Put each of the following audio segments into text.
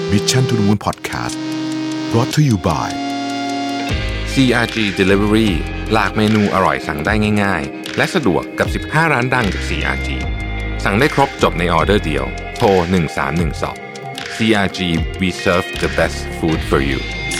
Mission to the Moon Podcast brought to you by CRG Delivery หลากเมนูอร่อยสั่งได้ง่ายๆและสะดวกกับ15ร้านดังจาก CRG สั่งได้ครบจบในออเดอร์เดียวโทร1312 CRG We serve the best food for you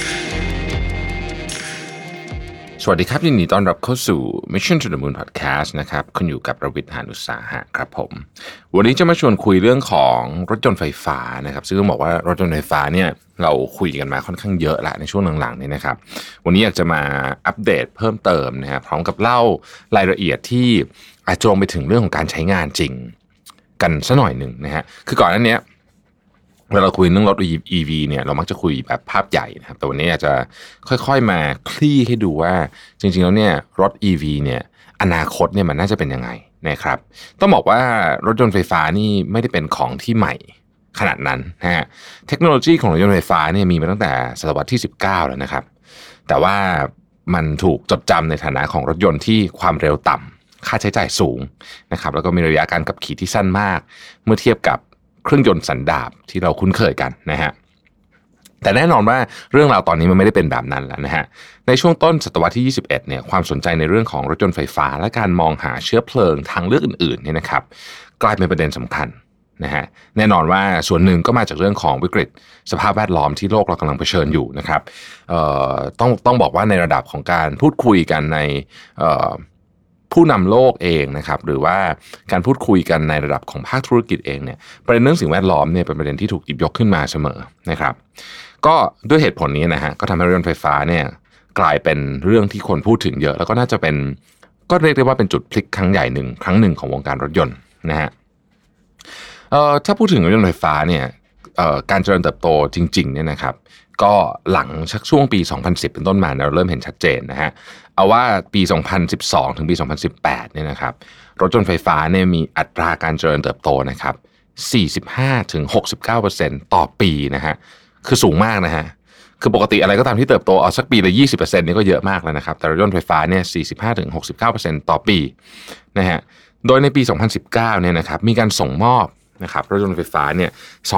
สวัสดีครับยินดีต้อนรับเข้าสู่ Mission to the Moon Podcast นะครับคุณอยู่กับประวิทย์ หาญอุตสาหะครับผมวันนี้จะมาชวนคุยเรื่องของรถยนต์ไฟฟ้านะครับซึ่งต้องบอกว่ารถยนต์ไฟฟ้าเนี่ยเราคุยกันมาค่อนข้างเยอะละในช่วงหลังๆนี้นะครับวันนี้อยากจะมาอัปเดตเพิ่มเติมนะครับพร้อมกับเล่ารายละเอียดที่อาจจะลงไปถึงเรื่องของการใช้งานจริงกันสักหน่อยหนึ่งนะฮะคือก่อนหน้านี้เวลาเราคุยเรื่องรถ EV เนี่ยเรามักจะคุยแบบภาพใหญ่นะครับแต่วันนี้อาจจะค่อยๆมาคลี่ให้ดูว่าจริงๆแล้วเนี่ยรถ EV เนี่ยอนาคตเนี่ยมันน่าจะเป็นยังไงนะครับต้องบอกว่ารถยนต์ไฟฟ้านี่ไม่ได้เป็นของที่ใหม่ขนาดนั้นนะฮะเทคโนโลยีของรถยนต์ไฟฟ้าเนี่ยมีมาตั้งแต่ศตวรรษที่19แล้วนะครับแต่ว่ามันถูกจดจำในฐานะของรถยนต์ที่ความเร็วต่ำค่าใช้จ่ายสูงนะครับแล้วก็มีระยะการขับขี่ที่สั้นมากเมื่อเทียบกับเครื่องยนต์สันดาปที่เราคุ้นเคยกันนะฮะแต่แน่นอนว่าเรื่องราวตอนนี้มันไม่ได้เป็นแบบนั้นแล้วนะฮะในช่วงต้นศตวรรษที่21เนี่ยความสนใจในเรื่องของรถยนต์ไฟฟ้าและการมองหาเชื้อเพลิงทางเลือกอื่นๆเนี่ยนะครับกลายเป็นประเด็นสำคัญนะฮะแน่นอนว่าส่วนหนึ่งก็มาจากเรื่องของวิกฤตสภาพแวดล้อมที่โลกเรากำลังเผชิญอยู่นะครับต้องบอกว่าในระดับของการพูดคุยกันในผู้นำโลกเองนะครับหรือว่าการพูดคุยกันในระดับของภาคธุรกิจเองเนี่ยประเด็นเรื่องสิ่งแวดล้อมเนี่ยเป็นประเด็นที่ถูกหยิบยกขึ้นมาเสมอนะครับก็ด้วยเหตุผลนี้นะฮะก็ทำให้รถยนต์ไฟฟ้าเนี่ยกลายเป็นเรื่องที่คนพูดถึงเยอะแล้วก็น่าจะเป็นก็เรียกได้ว่าเป็นจุดพลิกครั้งใหญ่ครั้งหนึ่งของวงการรถยนต์นะฮะถ้าพูดถึงรถยนต์ไฟฟ้าเนี่ยการเจริญเติบโตจริงๆเนี่ยนะครับก็หลังชักช่วงปี2010เป็นต้นมาเราเริ่มเห็นชัดเจนนะฮะเอาว่าปี2012ถึงปี2018เนี่ยนะครับรถยนต์ไฟฟ้าเนี่ยมีอัตราการเจริญเติบโตนะครับ45ถึง 69% ต่อปีนะฮะคือสูงมากนะฮะคือปกติอะไรก็ตามที่เติบโตเอาสักปีละ 20% นี่ก็เยอะมากแล้วนะครับแต่รถยนต์ไฟฟ้าเนี่ย45ถึง 69% ต่อปีนะฮะโดยในปี2019เนี่ยนะครับมีการส่งมอบนะครับรถยนต์ไฟฟ้าเนี่ย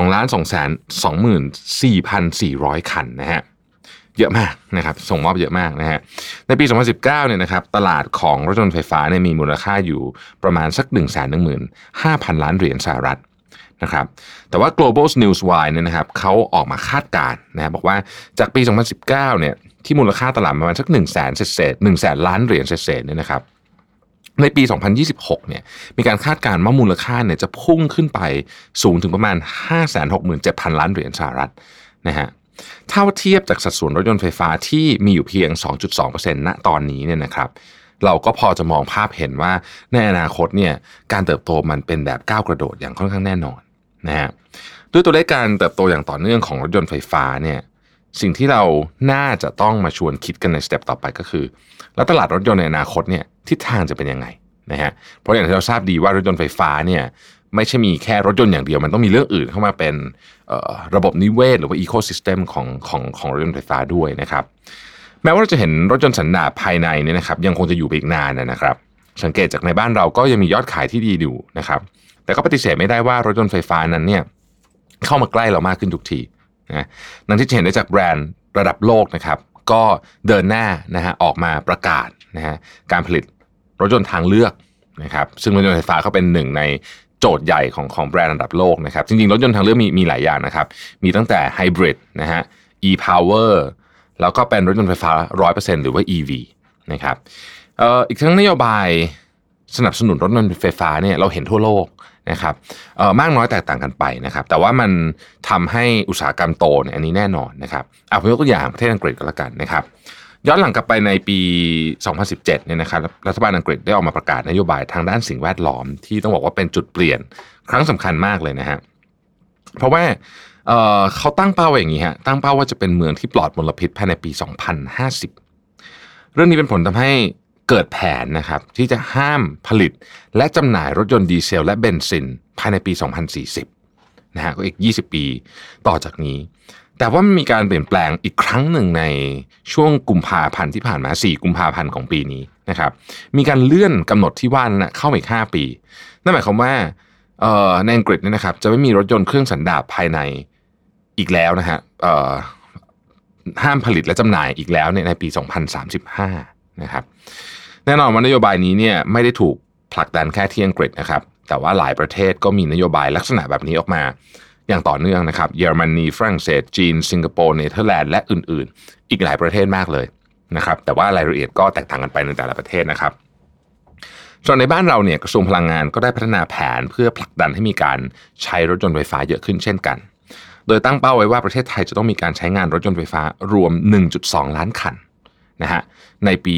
2,224,400 คันนะฮะเยอะมากนะครับส่งมอบเยอะมากนะฮะในปี2019เนี่ยนะครับตลาดของรถยนต์ไฟฟ้าเนี่ยมีมูลค่าอยู่ประมาณสัก 115,000 ล้านเหรียญสหรัฐนะครับแต่ว่า Global Newswire เนี่ยนะครับเขาออกมาคาดการณ์นะบอกว่าจากปี2019เนี่ยที่มูลค่าตลาดประมาณสัก 100,000 เศษ 100,000 ล้านเหรียญเศษเนี่ยนะครับในปี2026เนี่ยมีการคาดการณ์ว่ามูลค่าเนี่ยจะพุ่งขึ้นไปสูงถึงประมาณ 567,000 ล้านเหรียญสหรัฐนะฮะถ้าเทียบจากสัดส่วนรถยนต์ไฟฟ้าที่มีอยู่เพียง 2.2% ณตอนนี้เนี่ยนะครับเราก็พอจะมองภาพเห็นว่าในอนาคตเนี่ยการเติบโตมันเป็นแบบก้าวกระโดดอย่างค่อนข้างแน่นอนนะฮะด้วยตัวเลขการเติบโตอย่างต่อเนื่องของรถยนต์ไฟฟ้าเนี่ยสิ่งที่เราน่าจะต้องมาชวนคิดกันในสเต็ปต่อไปก็คือแล้วตลาดรถยนต์ในอนาคตเนี่ยทิศทางจะเป็นยังไงนะฮะเพราะอย่างที่เราทราบดีว่ารถยนต์ไฟฟ้าเนี่ยไม่ใช่มีแค่รถยนต์อย่างเดียวมันต้องมีเรื่องอื่นเข้ามาเป็นระบบนิเวศหรือว่าอีโคซิสเต็มของรถยนต์ไฟฟ้าด้วยนะครับแม้ว่าเราจะเห็นรถยนต์สันดาปภายในเนี่ยนะครับยังคงจะอยู่ไปอีกนานนะครับสังเกตจากในบ้านเราก็ยังมียอดขายที่ดีอยู่นะครับแต่ก็ปฏิเสธไม่ได้ว่ารถยนต์ไฟฟ้านั้นเนี่ยเข้ามาใกล้เรามากขึ้นทุกทีนะดังที่เห็นได้จากแบรนด์ระดับโลกนะครับก็เดินหน้านะฮะออกมาประกาศนะฮะการผลิตรถยนต์ทางเลือกนะครับซึ่งรถยนต์ไฟฟ้าเขาเป็นหนึ่งในโจทย์ใหญ่ของแบรนด์ระดับโลกนะครับจริงๆรถยนต์ทางเลือกมีหลายอย่างนะครับมีตั้งแต่ไฮบริดนะฮะ e-power แล้วก็เป็นรถยนต์ไฟฟ้า 100% หรือว่า EV นะครับอีกทั้งนโยบายสนับสนุนรถยนต์ไฟฟ้าเนี่ยเราเห็นทั่วโลกนะครับมากน้อยแตกต่างกันไปนะครับแต่ว่ามันทำให้อุตสาหกรรมโตเนี่ยอันนี้แน่นอนนะครับผมยกตัวอย่างประเทศอังกฤษก็แล้วกันนะครับย้อนหลังกลับไปในปี2017เนี่ยนะครับรัฐบาลอังกฤษได้ออกมาประกาศนโยบายทางด้านสิ่งแวดล้อมที่ต้องบอกว่าเป็นจุดเปลี่ยนครั้งสำคัญมากเลยนะฮะเพราะว่าเขาตั้งเป้าไว้อย่างนี้ฮะตั้งเป้าว่าจะเป็นเมืองที่ปลอดมลพิษภายในปี2050เรื่องนี้เป็นผลทำให้เกิดแผนนะครับที่จะห้ามผลิตและจำหน่ายรถยนต์ดีเซลและเบนซินภายในปี2040นะฮะก็อีก20ปีต่อจากนี้แต่ว่ามันมีการเปลี่ยนแปลงอีกครั้งหนึ่งในช่วงกุมภาพันธ์ที่ผ่านมา4กุมภาพันธ์ของปีนี้นะครับมีการเลื่อนกำหนดที่ว่านั้นเข้าอีก5ปีนั่นหมายความว่าในอังกฤษเนี่ยนะครับจะไม่มีรถยนต์เครื่องสันดาปภายในอีกแล้วนะฮะห้ามผลิตและจำหน่ายอีกแล้วในปี 2035 นะครับแน่นอนว่านโยบายนี้เนี่ยไม่ได้ถูกผลักดันแค่ที่อังกฤษนะครับแต่ว่าหลายประเทศก็มีนโยบายลักษณะแบบนี้ออกมาอย่างต่อเนื่องนะครับเยอรมนีฝรั่งเศสจีนสิงคโปร์เนเธอร์แลนด์และอื่นๆอีกหลายประเทศมากเลยนะครับแต่ว่ารายละเอียดก็แตกต่างกันไปในแต่ละประเทศนะครับส่วนในบ้านเราเนี่ยกระทรวงพลังงานก็ได้พัฒนาแผนเพื่อผลักดันให้มีการใช้รถยนต์ไฟฟ้าเยอะขึ้นเช่นกันโดยตั้งเป้าไว้ว่าประเทศไทยจะต้องมีการใช้งานรถยนต์ไฟฟ้ารวม 1.2 ล้านคันนะฮะในปี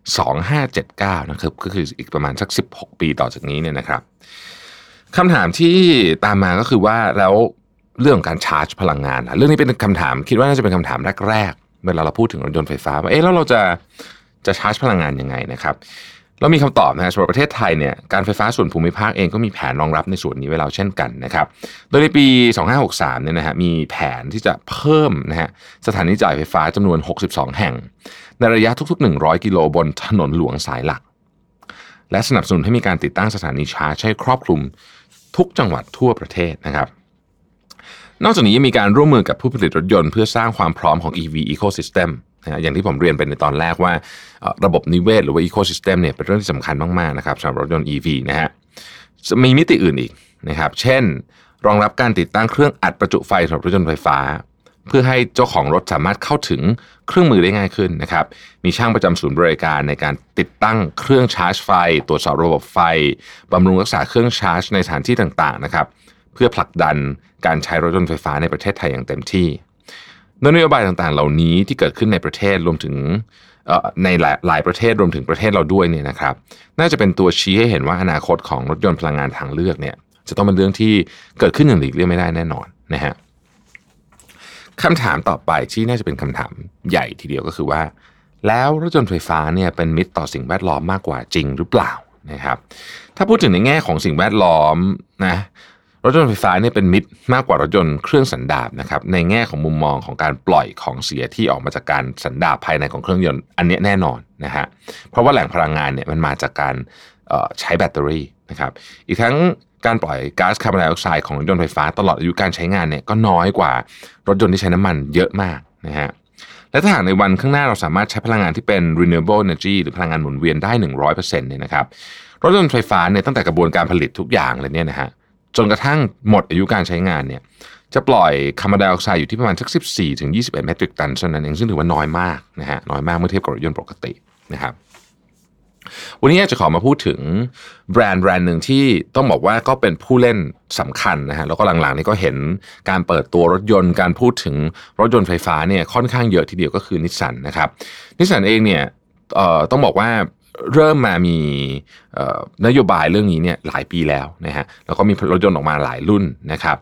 2579 นะครับก็คืออีกประมาณสัก16 ปีต่อจากนี้เนี่ยนะครับคำถามที่ตามมาก็คือว่าแล้วเรื่องของการชาร์จพลังงานเรื่องนี้เป็นคำถามคิดว่าน่าจะเป็นคำถามแรกๆเวลาเราพูดถึงรถยนต์ไฟฟ้าว่าแล้วเราจะชาร์จพลังงานยังไงนะครับเรามีคำตอบนะสำหรับประเทศไทยเนี่ยการไฟฟ้าส่วนภูมิภาคเองก็มีแผนรองรับในส่วนนี้ไว้แล้วเช่นกันนะครับโดยในปี 2563 เนี่ยนะฮะมีแผนที่จะเพิ่มนะฮะสถานีจ่ายไฟฟ้าจำนวน 62 แห่งในระยะทุกๆ 100 กิโลบนถนนหลวงสายหลักและสนับสนุนให้มีการติดตั้งสถานีชาร์จให้ครอบคลุมทุกจังหวัดทั่วประเทศนะครับนอกจากนี้ยังมีการร่วมมือกับผู้ผลิตรถยนต์เพื่อสร้างความพร้อมของ EV Ecosystem อย่างที่ผมเรียนไปในตอนแรกว่าระบบนิเวศหรือว่า Ecosystem เนี่ยเป็นเรื่องที่สำคัญมากๆนะครับสำหรับรถยนต์ EV นะฮะมีมิติอื่นอีกนะครับเช่นรองรับการติดตั้งเครื่องอัดประจุไฟสำหรับรถยนต์ไฟฟ้าเพื่อให้เจ้าของรถสามารถเข้าถึงเครื่องมือได้ง่ายขึ้นนะครับมีช่างประจำศูนย์บริการในการติดตั้งเครื่องชาร์จไฟตรวจสอบระบบไฟบำรุงรักษาเครื่องชาร์จในสถานที่ต่างๆนะครับเพื่อผลักดันการใช้รถยนต์ไฟฟ้าในประเทศไทยอย่างเต็มที่โดยนโยบายต่างๆเหล่านี้ที่เกิดขึ้นในประเทศรวมถึงในหลายประเทศรวมถึงประเทศเราด้วยเนี่ยนะครับน่าจะเป็นตัวชี้ให้เห็นว่าอนาคตของรถยนต์พลังงานทางเลือกเนี่ยจะต้องเป็นเรื่องที่เกิดขึ้นอย่างหลีกเลี่ยงไม่ได้แน่นอนนะฮะคำถามต่อไปที่น่าจะเป็นคำถามใหญ่ทีเดียวก็คือว่าแล้วรถยนต์ไฟฟ้าเนี่ยเป็นมิตรต่อสิ่งแวดล้อมมากกว่าจริงหรือเปล่านะครับถ้าพูดถึงในแง่ของสิ่งแวดล้อมนะรถยนต์ไฟฟ้าเนี่ยเป็นมิตรมากกว่ารถยนต์เครื่องสันดาปนะครับในแง่ของมุมมองของการปล่อยของเสียที่ออกมาจากการสันดาปภายในของเครื่องยนต์อันนี้แน่นอนนะฮะเพราะว่าแหล่งพลังงานเนี่ยมันมาจากการใช้แบตเตอรี่นะครับอีกทั้งการปล่อยก๊าซคาร์บอนไดออกไซด์ของรถยนต์ไฟฟ้าตลอดอายุการใช้งานเนี่ยก็น้อยกว่ารถยนต์ที่ใช้น้ำมันเยอะมากนะฮะและถ้าหากในวันข้างหน้าเราสามารถใช้พลังงานที่เป็น renewable energy หรือพลังงานหมุนเวียนได้ 100% เนี่ยนะครับรถยนต์ไฟฟ้าเนี่ยตั้งแต่กระบวนการผลิตทุกอย่างเลยเนี่ยนะฮะจนกระทั่งหมดอายุการใช้งานเนี่ยจะปล่อยคาร์บอนไดออกไซด์อยู่ที่ประมาณสัก 14-21 เมตริกตันเท่านั้นเองซึ่งถือว่าน้อยมากนะฮะน้อยมากเมื่อเทียบกับรถยนต์ปกตินะครับวันนี้จะขอมาพูดถึงแบรนด์หนึ่งที่ต้องบอกว่าก็เป็นผู้เล่นสำคัญนะฮะแล้วก็หลังๆนี้ก็เห็นการเปิดตัวรถยนต์การพูดถึงรถยนต์ไฟฟ้าเนี่ยค่อนข้างเยอะทีเดียวก็คือนิสสันนะครับนิสสันเองเนี่ยต้องบอกว่าเริ่มมามีนโยบายเรื่องนี้เนี่ยหลายปีแล้วนะฮะแล้วก็มีรถยนต์ออกมาหลายรุ่นนะครับ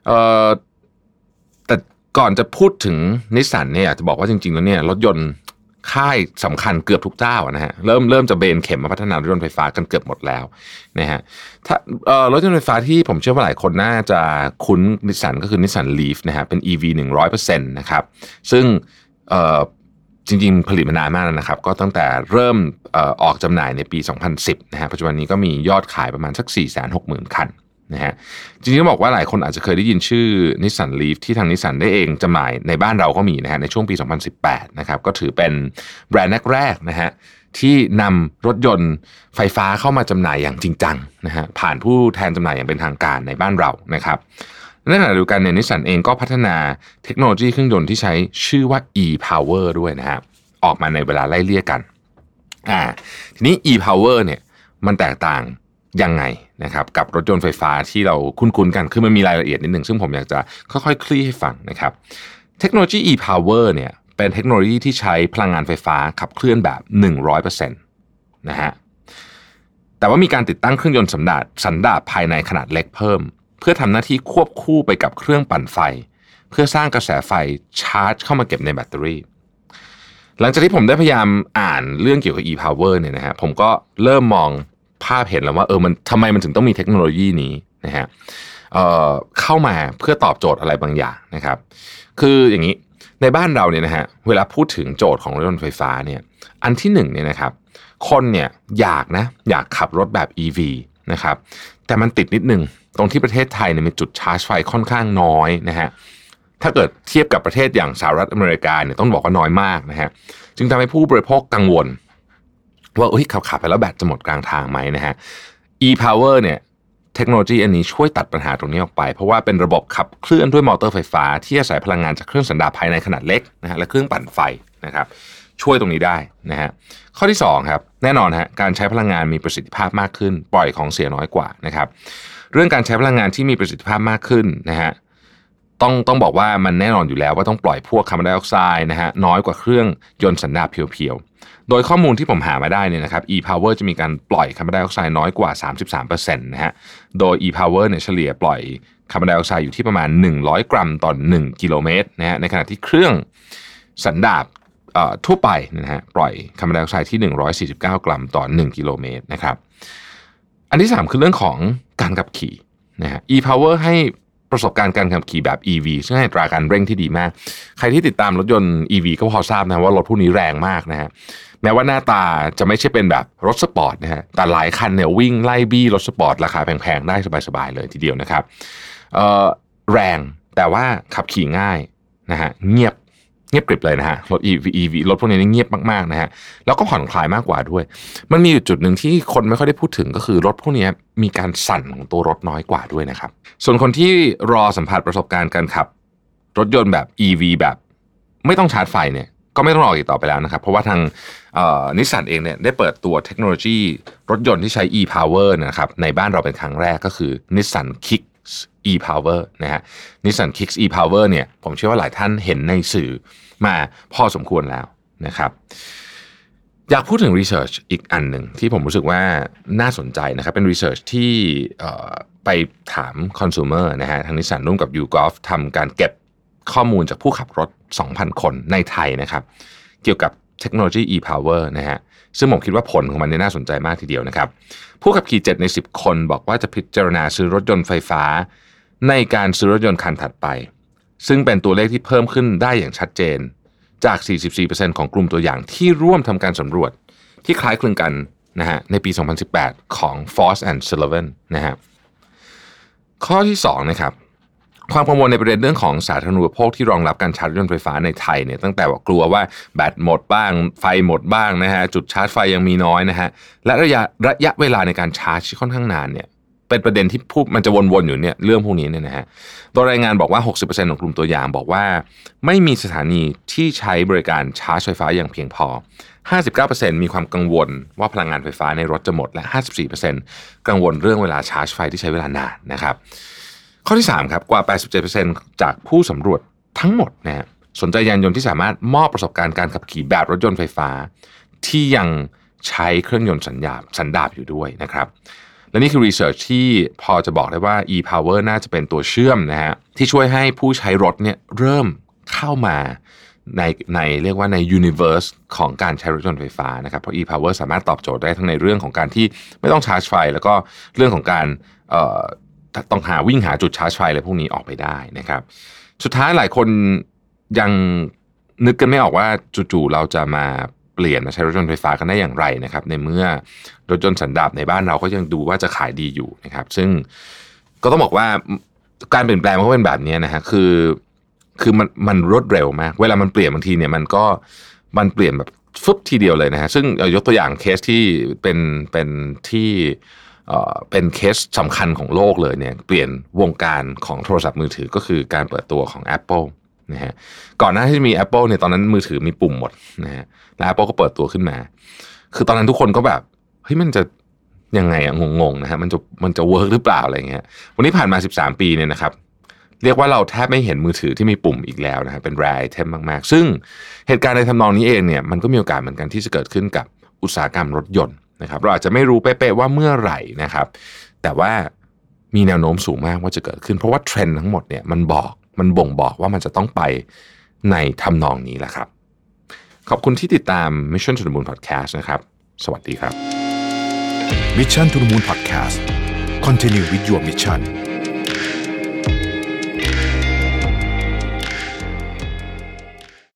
แต่ก่อนจะพูดถึงนิสสันเนี่ยอยากจะบอกว่าจริงๆแล้วเนี่ยรถยนต์ค่ายสำคัญเกือบทุกเจ้านะฮะเริ่มจะเบนเข็มมาพัฒนารถยนต์ไฟฟ้ากันเกือบหมดแล้วนะฮะถ้ารถยนต์ไฟฟ้าที่ผมเชื่อว่าหลายคนน่าจะคุ้นนิสสันก็คือนิสสันลีฟนะฮะเป็น EV 100% นะครับซึ่งจริงๆผลิตมานานมากแล้วนะครับก็ตั้งแต่เริ่มออกจำหน่ายในปี 2010 นะฮะปัจจุบันนี้ก็มียอดขายประมาณสัก 460,000 คันนะฮะจริงๆต้องบอกว่าหลายคนอาจจะเคยได้ยินชื่อ Nissan Leaf ที่ทาง Nissan ได้เองจำหน่ายในบ้านเราก็มีนะฮะในช่วงปี 2018 นะครับก็ถือเป็นแบรนด์แรกๆนะฮะที่นำรถยนต์ไฟฟ้าเข้ามาจำหน่ายอย่างจริงจังนะฮะผ่านผู้แทนจำหน่ายอย่างเป็นทางการในบ้านเรานะครับในขณะเดียวกันเนี่ย Nissan เองก็พัฒนาเทคโนโลยีเครื่องยนต์ที่ใช้ชื่อว่า e-power ด้วยนะฮะออกมาในเวลาไล่เลี่ยกันทีนี้ e-power เนี่ยมันแตกต่างยังไงนะครับกับรถยนต์ไฟฟ้าที่เราคุ้นๆกันคือมันมีรายละเอียดนิดหนึ่งซึ่งผมอยากจะค่อยๆคลี่ให้ฟังนะครับเทคโนโลยี e-power เนี่ยเป็นเทคโนโลยีที่ใช้พลังงานไฟฟ้าขับเคลื่อนแบบ 100% นะฮะแต่ว่ามีการติดตั้งเครื่องยนต์สันดาปภายในขนาดเล็กเพิ่มเพื่อทำหน้าที่ควบคู่ไปกับเครื่องปั่นไฟเพื่อสร้างกระแสไฟชาร์จเข้ามาเก็บในแบตเตอรี่หลังจากที่ผมได้พยายามอ่านเรื่องเกี่ยวกับ e-power เนี่ยนะฮะผมก็เริ่มมองภาพเห็นแล้วว่ามันทำไมมันถึงต้องมีเทคโนโลยีนี้นะฮะเข้ามาเพื่อตอบโจทย์อะไรบางอย่างนะครับคืออย่างนี้ในบ้านเราเนี่ยนะฮะเวลาพูดถึงโจทย์ของรถยนต์ไฟฟ้าเนี่ยอันที่หนึ่งเนี่ยนะครับคนเนี่ยอยากขับรถแบบ EV นะครับแต่มันติดนิดนึงตรงที่ประเทศไทยเนี่ยมีจุดชาร์จไฟค่อนข้างน้อยนะฮะถ้าเกิดเทียบกับประเทศอย่างสหรัฐอเมริกาเนี่ยต้องบอกว่าน้อยมากนะฮะจึงทำให้ผู้บริโภคกังวลว่าขับไปแล้วแบตจะหมดกลางทางไหมนะฮะ e-power เนี่ยเทคโนโลยีอันนี้ช่วยตัดปัญหาตรงนี้ออกไปเพราะว่าเป็นระบบขับเคลื่อนด้วยมอเตอร์ไฟฟ้าที่อาศัยพลังงานจากเครื่องสันดาปภายในขนาดเล็กนะฮะและเครื่องปั่นไฟนะครับช่วยตรงนี้ได้นะฮะข้อที่2ครับแน่นอนฮะการใช้พลังงานมีประสิทธิภาพมากขึ้นปล่อยของเสียน้อยกว่านะครับเรื่องการใช้พลังงานที่มีประสิทธิภาพมากขึ้นนะฮะต้องบอกว่ามันแน่นอนอยู่แล้วว่าต้องปล่อยพวกคาร์บอนไดออกไซด์นะฮะน้อยกว่าเครื่องยนต์สันดาปเพียวๆโดยข้อมูลที่ผมหามาได้เนี่ยนะครับ e-power จะมีการปล่อยคาร์บอนไดออกไซด์น้อยกว่า 33% นะฮะโดย e-power เนี่ยเฉลี่ยปล่อยคาร์บอนไดออกไซด์อยู่ที่ประมาณ100 กรัมต่อ1กิโลเมตรนะฮะในขณะที่เครื่องสันดาปทั่วไปนะฮะปล่อยคาร์บอนไดออกไซด์ที่149 กรัมต่อ1กิโลเมตรนะครับอันที่3คือเรื่องของการขับขี่นะฮะ e-power ให้ประสบการณ์การขับขี่แบบ EV ซึ่งให้อัตราการเร่งที่ดีมากใครที่ติดตามรถยนต์ EV ก็พอทราบนะว่ารถพวกนี้แรงมากนะฮะแม้ว่าหน้าตาจะไม่ใช่เป็นแบบรถสปอร์ตนะฮะแต่หลายคันเนี่ยวิ่งไล่บี้รถสปอร์ตราคาแพงๆได้สบายๆเลยทีเดียวนะครับแรงแต่ว่าขับขี่ง่ายนะฮะเงียบกริบเลยนะฮะรถ EV รถพวกนี้เงียบมากๆนะฮะแล้วก็ผ่อนคลายมากกว่าด้วยมันมีอยู่จุดหนึ่งที่คนไม่ค่อยได้พูดถึงก็คือรถพวกนี้มีการสั่นของตัวรถน้อยกว่าด้วยนะครับส่วนคนที่รอสัมผัสประสบการณ์การขับรถยนต์แบบ EV แบบไม่ต้องชาร์จไฟเนี่ยก็ไม่ต้องรออีกต่อไปแล้วนะครับเพราะว่าทางนิสสันเองเนี่ยได้เปิดตัวเทคโนโลยีรถยนต์ที่ใช้ e-power นะครับในบ้านเราเป็นครั้งแรกก็คือ Nissan Kicks e-power นะฮะ Nissan Kicks e-power เนี่ยผมเชื่อว่าหลายท่านเห็นในสื่อมาพอสมควรแล้วนะครับอยากพูดถึง research อีกอันหนึ่งที่ผมรู้สึกว่าน่าสนใจนะครับเป็น research ที่ไปถาม consumer นะฮะทางนิสสันร่วมกับ YouGov ทำการเก็บข้อมูลจากผู้ขับรถ 2,000 คนในไทยนะครับเกี่ยวกับเทคโนโลยี e-power นะฮะซึ่งผมคิดว่าผลของมันน่าสนใจมากทีเดียวนะครับผู้ขับขี่7ใน10คนบอกว่าจะพิจารณาซื้อรถยนต์ไฟฟ้าในการซื้อรถยนต์คันถัดไปซึ่งเป็นตัวเลขที่เพิ่มขึ้นได้อย่างชัดเจนจาก 44% ของกลุ่มตัวอย่างที่ร่วมทำการสำรวจที่คล้ายคลึงกันนะฮะในปี 2018 ของ Frost & Sullivan นะฮะข้อที่2นะครับความกังวลในประเด็นเรื่องของสาธารณูปโภคที่รองรับการชาร์จรถยนต์ไฟฟ้าในไทยเนี่ยตั้งแต่ว่ากลัวว่าแบตหมดบ้างไฟหมดบ้างนะฮะจุดชาร์จไฟยังมีน้อยนะฮะและระยะเวลาในการชาร์จที่ค่อนข้างนานเนี่ยเป็นประเด็นที่มันจะวนๆอยู่เนี่ยเรื่องพวกนี้เนี่ยนะฮะโดยรายงานบอกว่า 60% ของกลุ่มตัวอย่างบอกว่าไม่มีสถานีที่ใช้บริการชาร์จไฟฟ้าอย่างเพียงพอ 59% มีความกังวลว่าพลังงานไฟฟ้าในรถจะหมดและ 54% กังวลเรื่องเวลาชาร์จไฟที่ใช้เวลานานนะครับข้อที่3ครับกว่า 87% จากผู้สำรวจทั้งหมดนะฮะสนใจยานยนต์ที่สามารถมอบประสบการณ์การขับขี่แบบรถยนต์ไฟฟ้าที่ยังใช้เครื่องยนต์สันดาปอยู่ด้วยนะครับและนี่คือรีเสิร์ชที่พอจะบอกได้ว่า e-power น่าจะเป็นตัวเชื่อมนะฮะที่ช่วยให้ผู้ใช้รถเนี่ยเริ่มเข้ามาในเรียกว่าใน universe ของการใช้รถยนต์ไฟฟ้านะครับเพราะ e-power สามารถตอบโจทย์ได้ทั้งในเรื่องของการที่ไม่ต้องชาร์จไฟแล้วก็เรื่องของการต้องวิ่งหาจุดชาร์จไฟอะไรพวกนี้ออกไปได้นะครับสุดท้ายหลายคนยังนึกกันไม่ออกว่าจู่ๆเราจะมาเปลี่ยนมาใช้รถยนต์ไฟฟ้ากันได้อย่างไรนะครับในเมื่อรถยนต์สันดาปในบ้านเราก็ยังดูว่าจะขายดีอยู่นะครับซึ่งก็ต้องบอกว่าการเปลี่ยนแปลงมันก็เป็นแบบนี้นะฮะคือมันรวดเร็วมากเวลามันเปลี่ยนบางทีเนี่ยมันเปลี่ยนแบบฟึบทีเดียวเลยนะฮะซึ่งยกตัวอย่างเคสที่เป็นที่เป็นเคสสำคัญของโลกเลยเนี่ยเปลี่ยนวงการของโทรศัพท์มือถือก็คือการเปิดตัวของ Apple นะฮะก่อนหน้าที่จะมี Apple เนี่ยตอนนั้นมือถือมีปุ่มหมดนะฮะแล้ว Apple ก็เปิดตัวขึ้นมาคือตอนนั้นทุกคนก็แบบเฮ้ยมันจะยังไงอะงงๆนะฮะมันจะเวิร์กหรือเปล่าอะไรเงี้ยวันนี้ผ่านมา13ปีเนี่ยนะครับเรียกว่าเราแทบไม่เห็นมือถือที่มีปุ่มอีกแล้วนะฮะเป็น rare item มากๆซึ่งเหตุการณ์ในทำนองนี้เองเนี่ยมันก็มีโอกาสเหมือนกันที่จะเกิดขึ้นกับอุตสาหกรรมรถยนต์นะครับเราอาจจะไม่รู้เป๊ะๆว่าเมื่อไหร่นะครับแต่ว่ามีแนวโน้มสูงมากว่าจะเกิดขึ้นเพราะว่าเทรนด์ทั้งหมดเนี่ยมันบ่งบอกว่ามันจะต้องไปในทำนองนี้แหละครับขอบคุณที่ติดตาม Mission to the Moon Podcast นะครับสวัสดีครับ Mission to the Moon Podcast Continue with your mission